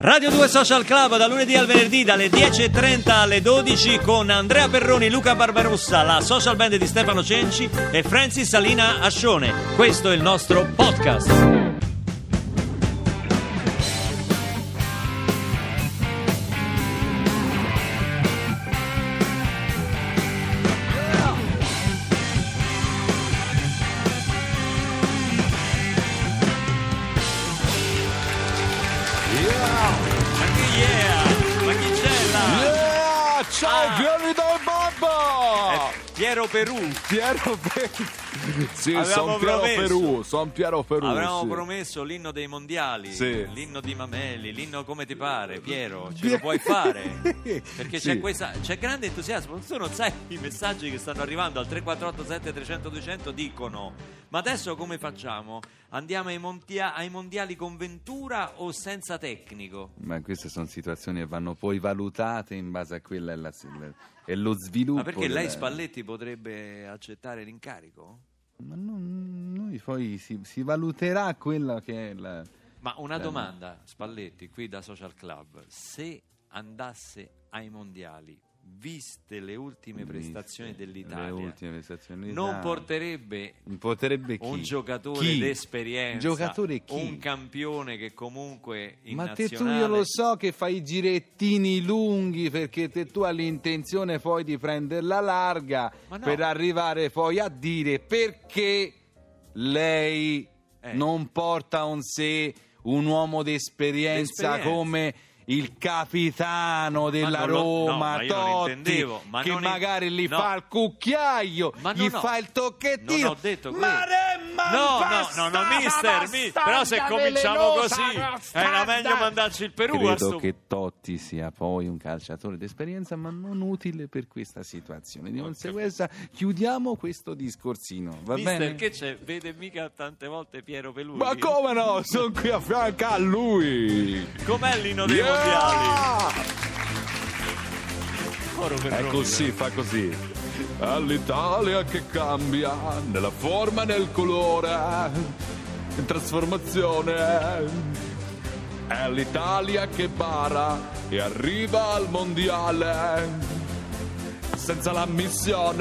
Radio 2 Social Club da lunedì al venerdì dalle 10.30 alle 12 con Andrea Perroni, Luca Barbarossa, la social band di Stefano Cenci e Francis Salina Ascione. Questo è il nostro podcast. Ciao, Gianni dal Babba! Piero Perù. Sì, sono Piero Perù. Avevamo sì. promesso l'inno dei mondiali, Sì. l'inno di Mameli, l'inno come ti pare, Piero, ce lo puoi fare? Perché Sì. c'è grande entusiasmo. Tu non sai i messaggi che stanno arrivando al 3487 300 200 dicono: ma adesso come facciamo? Andiamo ai mondiali con Ventura o senza tecnico? Ma queste sono situazioni che vanno poi valutate in base a quella è lo sviluppo. Ma perché lei Spalletti potrebbe accettare l'incarico? Ma noi poi si valuterà quella che è la... Ma una domanda, Spalletti, qui da Social Club: se andasse ai mondiali, viste le ultime prestazioni dell'Italia, non porterebbe chi? un giocatore Chi? d'esperienza, Giocatore chi? un campione che comunque in Ma te tu nazionale... io lo so che fai i girettini lunghi perché tu hai l'intenzione poi di prenderla larga Ma no. per arrivare poi a dire perché lei non porta con sé un uomo d'esperienza come il capitano della Roma, ma io non Totti, intendevo, ma che non magari gli fa il cucchiaio, gli fa il tocchettino. Non ho detto questo. Mister, però se cominciamo così era meglio mandarci il Perù. Credo che Totti sia poi un calciatore d'esperienza, ma non utile per questa situazione. Di conseguenza chiudiamo questo discorsino, va Mister, bene? che c'è? Vede mica tante volte Piero Pelù. Ma come no? Sono qui a fianco a lui. Com'è l'inno dei mondiali? È così, fa così. All'Italia che cambia nella forma e nel colore, in trasformazione. È l'Italia che bara e arriva al mondiale senza l'ammissione.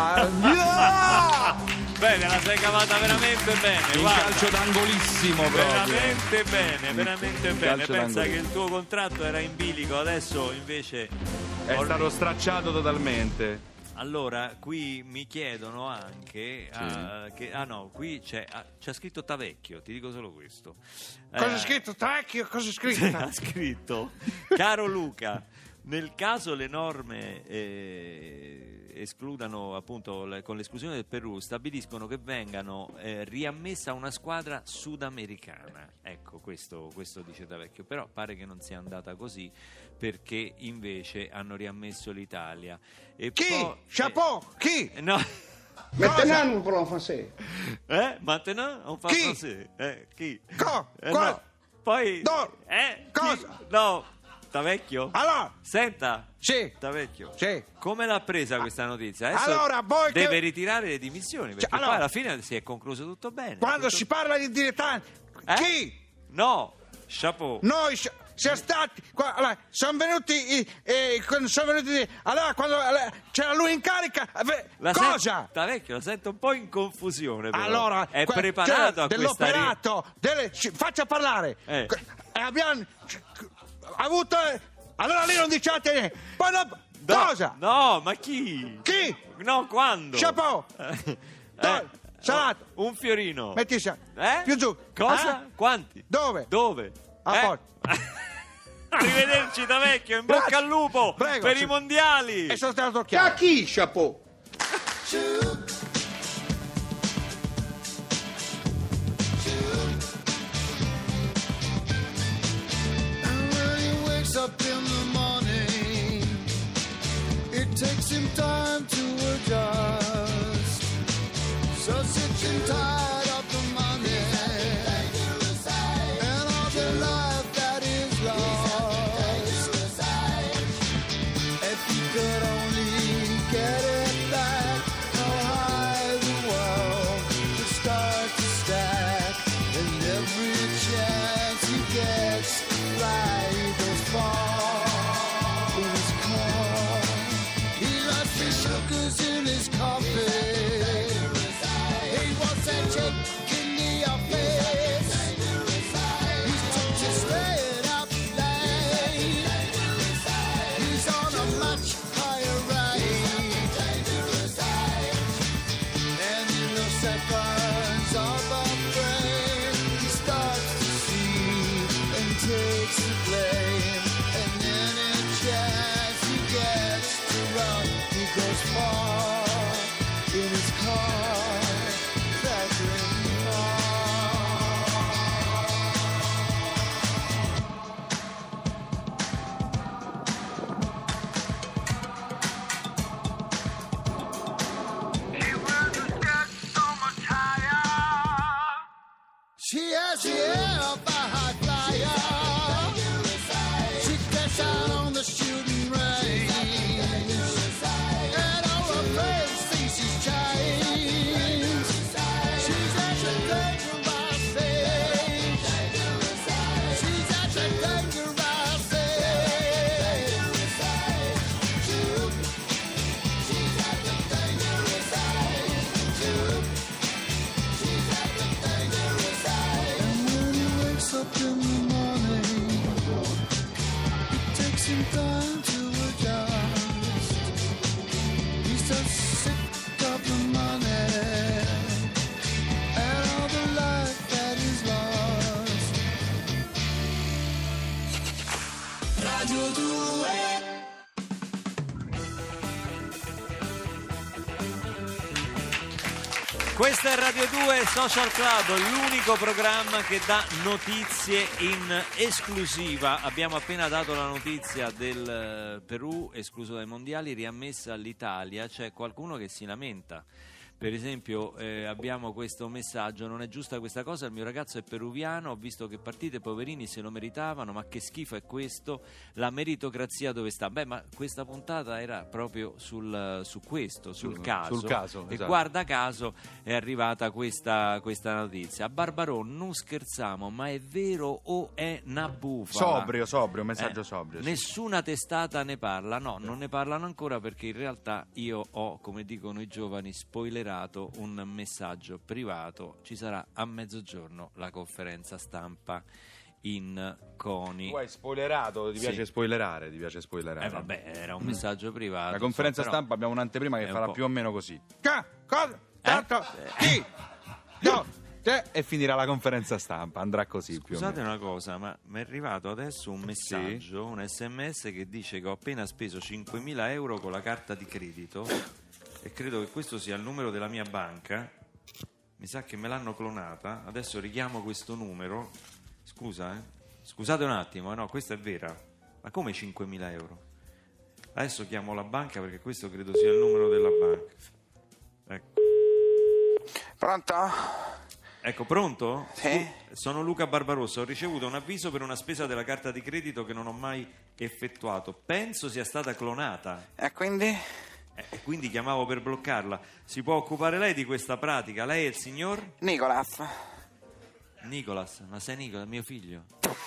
Bene, la sei cavata veramente bene. Un calcio d'angolissimo proprio. Veramente bene. Pensa che il tuo contratto era in bilico, adesso invece è stato stracciato totalmente. Allora, qui mi chiedono anche qui c'è scritto Tavecchio, ti dico solo questo. Cosa è scritto Tavecchio? Cosa è scritto? Ha scritto: caro Luca, nel caso le norme escludano appunto con l'esclusione del Perù, stabiliscono che vengano riammessa una squadra sudamericana. Ecco, questo dice Tavecchio, però pare che non sia andata così, perché invece hanno riammesso l'Italia. E Chi? poi, Chapeau? Chi? No. Maintenant nous parlons français. Maintenant on parle français. Chi? No. Poi Cosa? No. Tavecchio? Allora? Senta. Sì. Tavecchio. Sì. Come l'ha presa questa notizia? Adesso allora, voi deve ritirare le dimissioni, perché poi alla fine si è concluso tutto bene. Quando si parla di dilettanti, chi? No. Chapeau. Noi siamo stati, allora, sono venuti allora quando c'era lui in carica, cosa? Tavecchio, la sento un po' in confusione, però. Allora, è preparato a questa dell'operato, faccia parlare. Abbiamo avuto, allora lì non diciate niente. Poi cosa? No, ma chi? Chi? No, quando? Chapeau. Salato. Un fiorino. Metti più giù. Cosa? Quanti? Dove? A porta. Arrivederci Tavecchio, in bocca al lupo. Prego, per i mondiali. E sono stato chiaro. A chi, Chapeau? Up in the morning, it takes him time to adjust. So sick and tired of the money and all the life that is lost. If he could only get it back, oh, Radio 2. Questa è Radio 2 Social Club, l'unico programma che dà notizie in esclusiva. Abbiamo appena dato la notizia del Perù escluso dai mondiali, riammessa all'Italia. C'è qualcuno che si lamenta. Per esempio abbiamo questo messaggio: non è giusta questa cosa, il mio ragazzo è peruviano, ho visto che partite, poverini se lo meritavano, ma che schifo è questo, la meritocrazia dove sta? Beh, ma questa puntata era proprio su questo, sul caso, e esatto. Guarda caso è arrivata questa notizia. A Barbarò non scherziamo, ma è vero o è una bufala? Sobrio, messaggio sobrio. Sì. Nessuna testata ne parla, no, non ne parlano ancora perché in realtà io ho, come dicono i giovani, spoilerato un messaggio privato. Ci sarà a mezzogiorno la conferenza stampa in CONI. Tu hai spoilerato, ti piace spoilerare, Vabbè, era un messaggio privato. La conferenza però stampa abbiamo un'anteprima che farà più o meno così. Cosa? Tanto? Chi? No. E finirà la conferenza stampa, andrà così più o Scusate meno. una cosa, ma mi è arrivato adesso un messaggio, un SMS che dice che ho appena speso 5.000 euro con la carta di credito e credo che questo sia il numero della mia banca. Mi sa che me l'hanno clonata. Adesso richiamo questo numero. Scusate un attimo, no, questa è vera. Ma come 5.000 euro? Adesso chiamo la banca perché questo credo sia il numero della banca. Ecco. Pronto? Ecco, pronto? Sì. Sono Luca Barbarossa, ho ricevuto un avviso per una spesa della carta di credito che non ho mai effettuato. Penso sia stata clonata. E quindi? E quindi chiamavo per bloccarla. Si può occupare lei di questa pratica? Lei è il signor? Nicolas. Nicolas, ma sei Nicolas, mio figlio?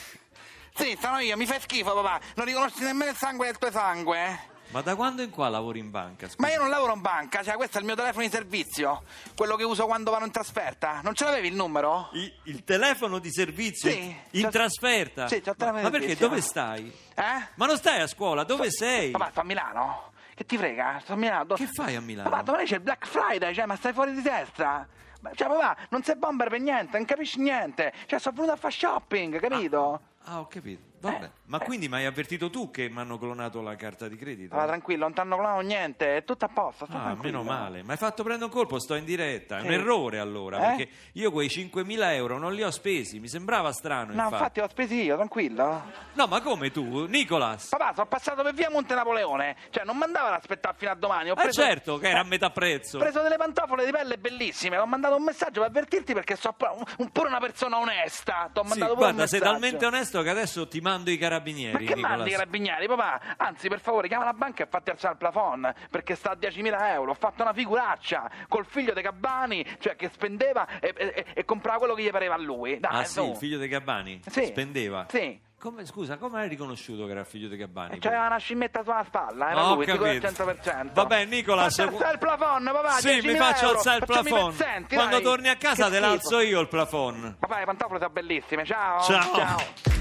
Sì, sono io, mi fai schifo papà. Non riconosci nemmeno il sangue del tuo sangue? Ma da quando in qua lavori in banca? Scusa. Ma io non lavoro in banca, cioè questo è il mio telefono di servizio, quello che uso quando vado in trasferta. Non ce l'avevi il numero? Il telefono di servizio? Sì, in trasferta? Sì, c'ho il telefono ma di perché? servizio. Dove stai? Eh? Ma non stai a scuola, dove sei? Papà, sto a Milano. Che ti frega? Sto a Milano. Che fai a Milano? Papà, domani c'è il Black Friday, cioè, ma stai fuori di testa? Cioè, papà, non sei bomber per niente, non capisci niente. Cioè, sono venuto a fare shopping, capito? Ah, ho capito. Vabbè. Ma quindi mi hai avvertito tu che mi hanno clonato la carta di credito? Papà, tranquillo, non ti hanno clonato niente, è tutto a posto, sto Ah, tranquillo. meno male. Mi hai fatto prendere un colpo, sto in diretta. È un Sì. errore allora, perché io quei 5.000 euro non li ho spesi. Mi sembrava strano, No, infatti l'ho spesi io, tranquillo. No, ma come tu, Nicolas? Papà, sono passato per via Monte Napoleone. Cioè, non mandavo ad aspettare fino a domani. Ho preso... certo che era a metà prezzo. Ho preso delle pantofole di pelle bellissime. Ho mandato un messaggio per avvertirti perché so pure una persona onesta. T'ho Sì, mandato pure guarda, un sei messaggio. talmente onesto che adesso ti mando i carabinieri. Ma che Nicolas. mandi i carabinieri, papà? Anzi, per favore, chiama la banca e fatti alzare il plafond, perché sta a 10.000 euro. Ho fatto una figuraccia col figlio dei Gabbani, cioè che spendeva e comprava quello che gli pareva a lui. Dai, Ah sì, su. il figlio dei Gabbani? Sì. Spendeva? Sì. Scusa, come hai riconosciuto che era il figlio dei Gabbani? C'aveva una scimmetta sulla spalla, era Ho lui, sicuro al capito. 100%. Vabbè, Nicolas, Fatti alzare il plafond, papà. sì, mi 10.000 faccio euro. alzare il Facciamo i plafond. pezzenti, Quando dai. torni a casa Che te schifo. l'alzo io il plafond. Papà, le pantofole sono bellissime, ciao. Ciao.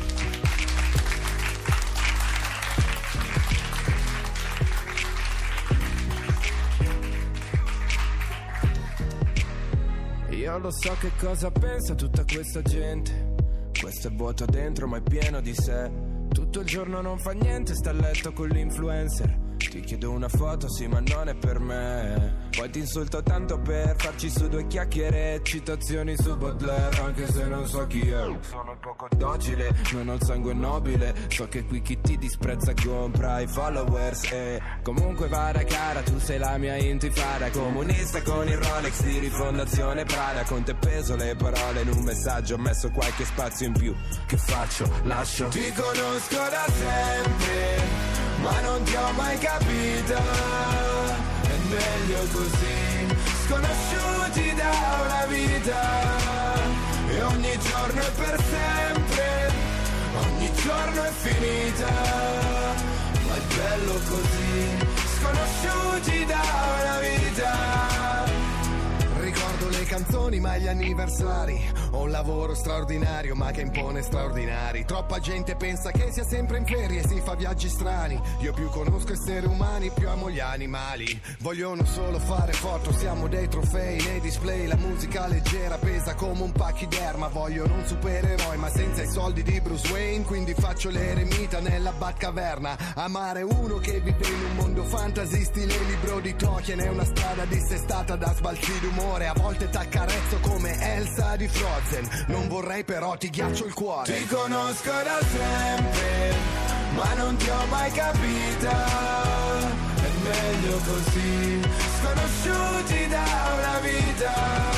Io lo so che cosa pensa tutta questa gente. Questo è vuoto dentro ma è pieno di sé. Tutto il giorno non fa niente, sta a letto con l'influencer. Ti chiedo una foto, sì ma non è per me. Poi ti insulto tanto per farci su due chiacchiere. Citazioni su Baudelaire, anche se non so chi è. Sono poco docile, non ho il sangue nobile. So che qui chi ti disprezza compra i followers. E comunque vada cara, tu sei la mia intifada. Comunista con il Rolex di Rifondazione Prada. Con te peso le parole in un messaggio, ho messo qualche spazio in più. Che faccio? Lascio. Ti conosco da sempre, ma non ti ho mai capito. È meglio così, sconosciuti da una vita. E ogni giorno è per sempre, ogni giorno è finita. Ma è bello così, sconosciuti da una vita. Ricordo le canzoni ma gli anniversari. Ho un lavoro straordinario ma che impone straordinari. Troppa gente pensa che sia sempre in ferie e si fa viaggi strani. Io più conosco esseri umani, più amo gli animali. Vogliono solo fare foto, siamo dei trofei nei display. La musica leggera pesa come un pachiderma. Vogliono un supereroe ma senza i soldi di Bruce Wayne, quindi faccio l'eremita nella Batcaverna. Amare uno che vive in un mondo fantasy stile libro di Tolkien è una strada dissestata da sbalzi d'umore. A volte t'accarezzo come Elsa di Frozen, non vorrei però ti ghiaccio il cuore. Ti conosco da sempre, ma non ti ho mai capita. È meglio così, sconosciuti da una vita.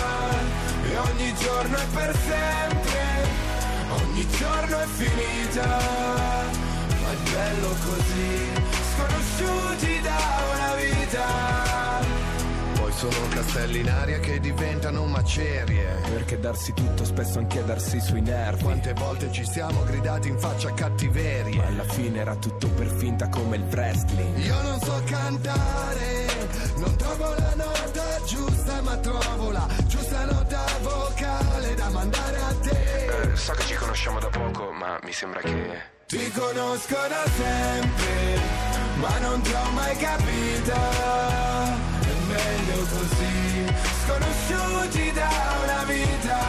E ogni giorno è per sempre, ogni giorno è finita. Ma è bello così, sconosciuti da una vita. Poi sono castelli in aria che diventano macerie. Perché darsi tutto spesso anche darsi sui nervi. Quante volte ci siamo gridati in faccia cattiverie, Ma alla fine era tutto per finta come il wrestling. io non so cantare, non trovo la nota giusta, ma trovo la giusta nota vocale da mandare a te. So che ci conosciamo da poco, ma mi sembra che... Ti conosco da sempre, ma non ti ho mai capita. È meglio così, sconosciuti da una vita.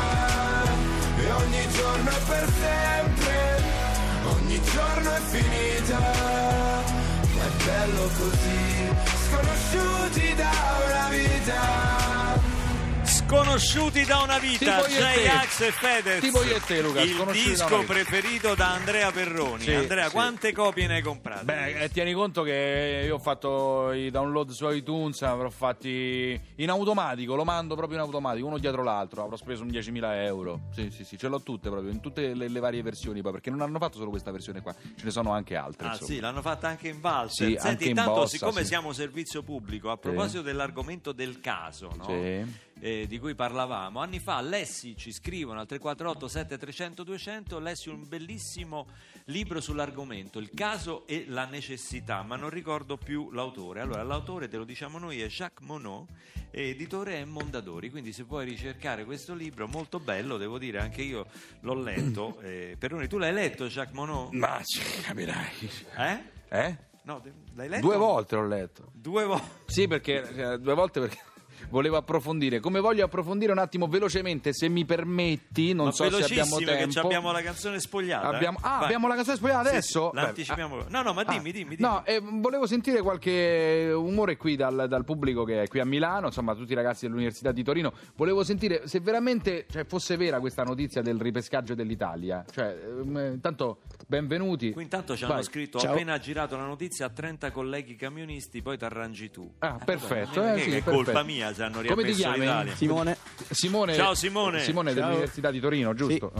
E ogni giorno è per sempre, ogni giorno è finita. Ma è bello così, sconosciuti da una vita. Sconosciuti da una vita, Tipo io e te. J-Ax e Fedez. Tipo io e te, Luca, il sconosciuti da disco una vita. preferito da Andrea Perroni. Sì, Andrea, sì. quante copie ne hai comprate? Beh, tieni conto che io ho fatto i download su iTunes, avrò fatti in automatico, lo mando proprio in automatico, uno dietro l'altro, avrò speso un 10.000 euro. Sì, ce l'ho tutte proprio, in tutte le varie versioni, poi, perché non hanno fatto solo questa versione qua, ce ne sono anche altre. Ah insomma. sì, l'hanno fatta anche in valzer. Sì, Senti, anche in intanto, bossa, siccome sì. siamo servizio pubblico, a proposito dell'argomento del caso, no? Sì. Di cui parlavamo anni fa, Lessi ci scrivono al 348 7300 200. Lessi un bellissimo libro sull'argomento, il caso e la necessità, ma non ricordo più l'autore. Allora, l'autore, te lo diciamo noi, è Jacques Monod, editore è Mondadori, quindi se vuoi ricercare questo libro molto bello, devo dire, anche io l'ho letto. Peroni, tu l'hai letto Jacques Monod? Ma capirai. Eh? No, l'hai letto? 2 volte l'ho letto. 2 volte? Sì, perché 2 volte perché volevo approfondire. Come voglio approfondire un attimo velocemente, se mi permetti, non Ma so se abbiamo velocissime, tempo. che abbiamo la canzone spogliata. Abbiamo Vai. la canzone spogliata Sì, adesso? sì, l'anticipiamo. No, ma dimmi. No, volevo sentire qualche umore qui dal pubblico che è qui a Milano, insomma, tutti i ragazzi dell'Università di Torino. Volevo sentire se veramente, fosse vera questa notizia del ripescaggio dell'Italia. Intanto benvenuti. Qui intanto ci Vai. hanno scritto: ho appena girato la notizia a 30 colleghi camionisti, poi t'arrangi tu. Perfetto. Vabbè, sì, che è perfetto. colpa mia se hanno Come ti riammesso chiami? l'Italia. Simone. Ciao Simone. Simone Ciao. dell'Università di Torino, giusto?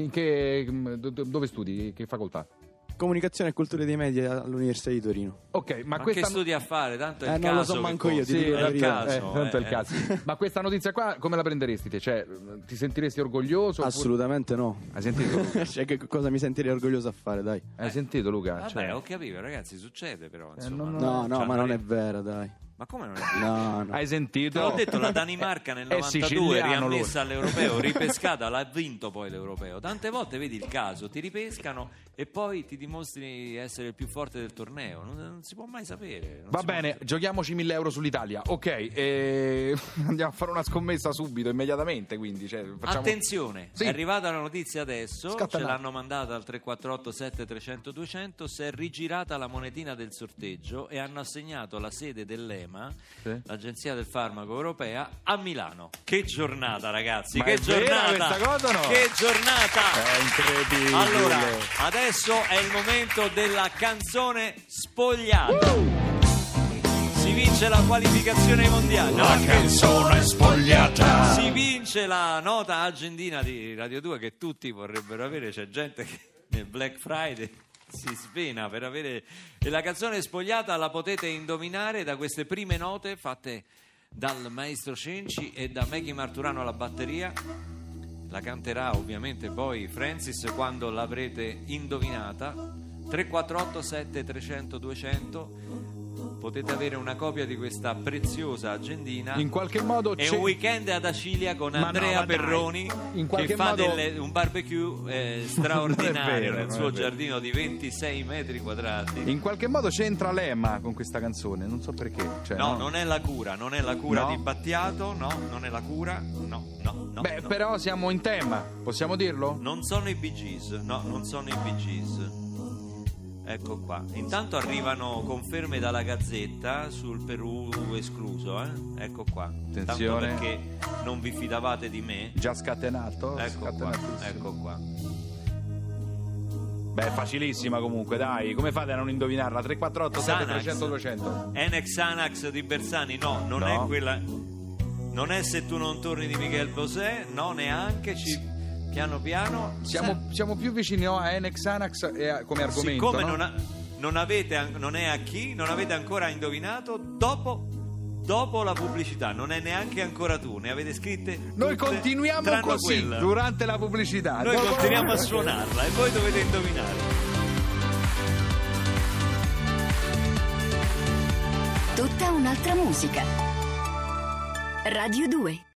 Dove studi? Che facoltà? Comunicazione e cultura dei media all'Università di Torino. Ok, ma Ma questa che studi a fare? Tanto è il non lo caso so che manco io, conta. ti dico È la il verità. caso. tanto è il caso. Ma questa notizia qua come la prenderesti te? Ti sentiresti orgoglioso? Assolutamente no. Hai sentito Luca? Cioè, che cosa mi sentirei orgoglioso a fare, dai. Hai sentito Luca? Vabbè, ho capito, ragazzi, succede però. Insomma, No, Cioè, ma non è vero, dai. Ma come non è vero? No. Hai sentito? Te l'ho detto, la Danimarca nel È 92 siciliano riammessa all'europeo, ripescata, l'ha vinto poi l'europeo. Tante volte vedi il caso, ti ripescano e poi ti dimostri essere il più forte del torneo. Non si può mai sapere. Va bene, giochiamoci 1.000 euro sull'Italia. Ok, andiamo a fare una scommessa subito, immediatamente. Quindi, facciamo... Attenzione, Sì. è arrivata la notizia adesso, Scatta ce là. l'hanno mandata al 348 7300 200. Si è rigirata la monetina del sorteggio e hanno assegnato la sede dell'EMA, Sì. l'Agenzia del Farmaco Europea, a Milano. Che giornata, ragazzi, Ma che è vera giornata! questa cosa o no? Che giornata! È incredibile. Allora, adesso è il momento della canzone spogliata. Si vince la qualificazione ai mondiali. La canzone spogliata. Si vince la nota agendina di Radio 2 che tutti vorrebbero avere. C'è gente che nel Black Friday si svena per avere. E la canzone spogliata la potete indovinare da queste prime note fatte dal maestro Cenci e da Maggie Marturano alla batteria. La canterà ovviamente poi Francis quando l'avrete indovinata. 348 7300 200. potete avere una copia di questa preziosa agendina. In qualche modo è un weekend ad Acilia con Andrea Perroni, che fa un barbecue straordinario nel suo giardino di 26 metri quadrati. In qualche modo c'entra l'EMA con questa canzone, non so perché. Cioè, no, non è la cura di Battiato, no, non è la cura, no. Beh, però siamo in tema, possiamo dirlo? Non sono i Bee Gees, no, non sono i Bee Gees. Ecco qua. Intanto arrivano conferme dalla Gazzetta sul Perù escluso, Ecco qua. Attenzione. Tanto perché non vi fidavate di me. Già scatenato? Ecco qua. Beh, è facilissima comunque, dai. Come fate a non indovinarla? 348 7300 200. Enex Anax di Bersani, no, non è quella. Non è Se tu non torni di Miguel Bosé, no, neanche. Piano piano siamo più vicini a Enex Anax come argomento. Siccome non avete ancora indovinato, dopo la pubblicità, non è neanche ancora tu, ne avete scritte. Noi tutte, continuiamo così quella. Durante la pubblicità. Noi continuiamo a suonarla e voi dovete indovinare. Tutta un'altra musica. Radio 2.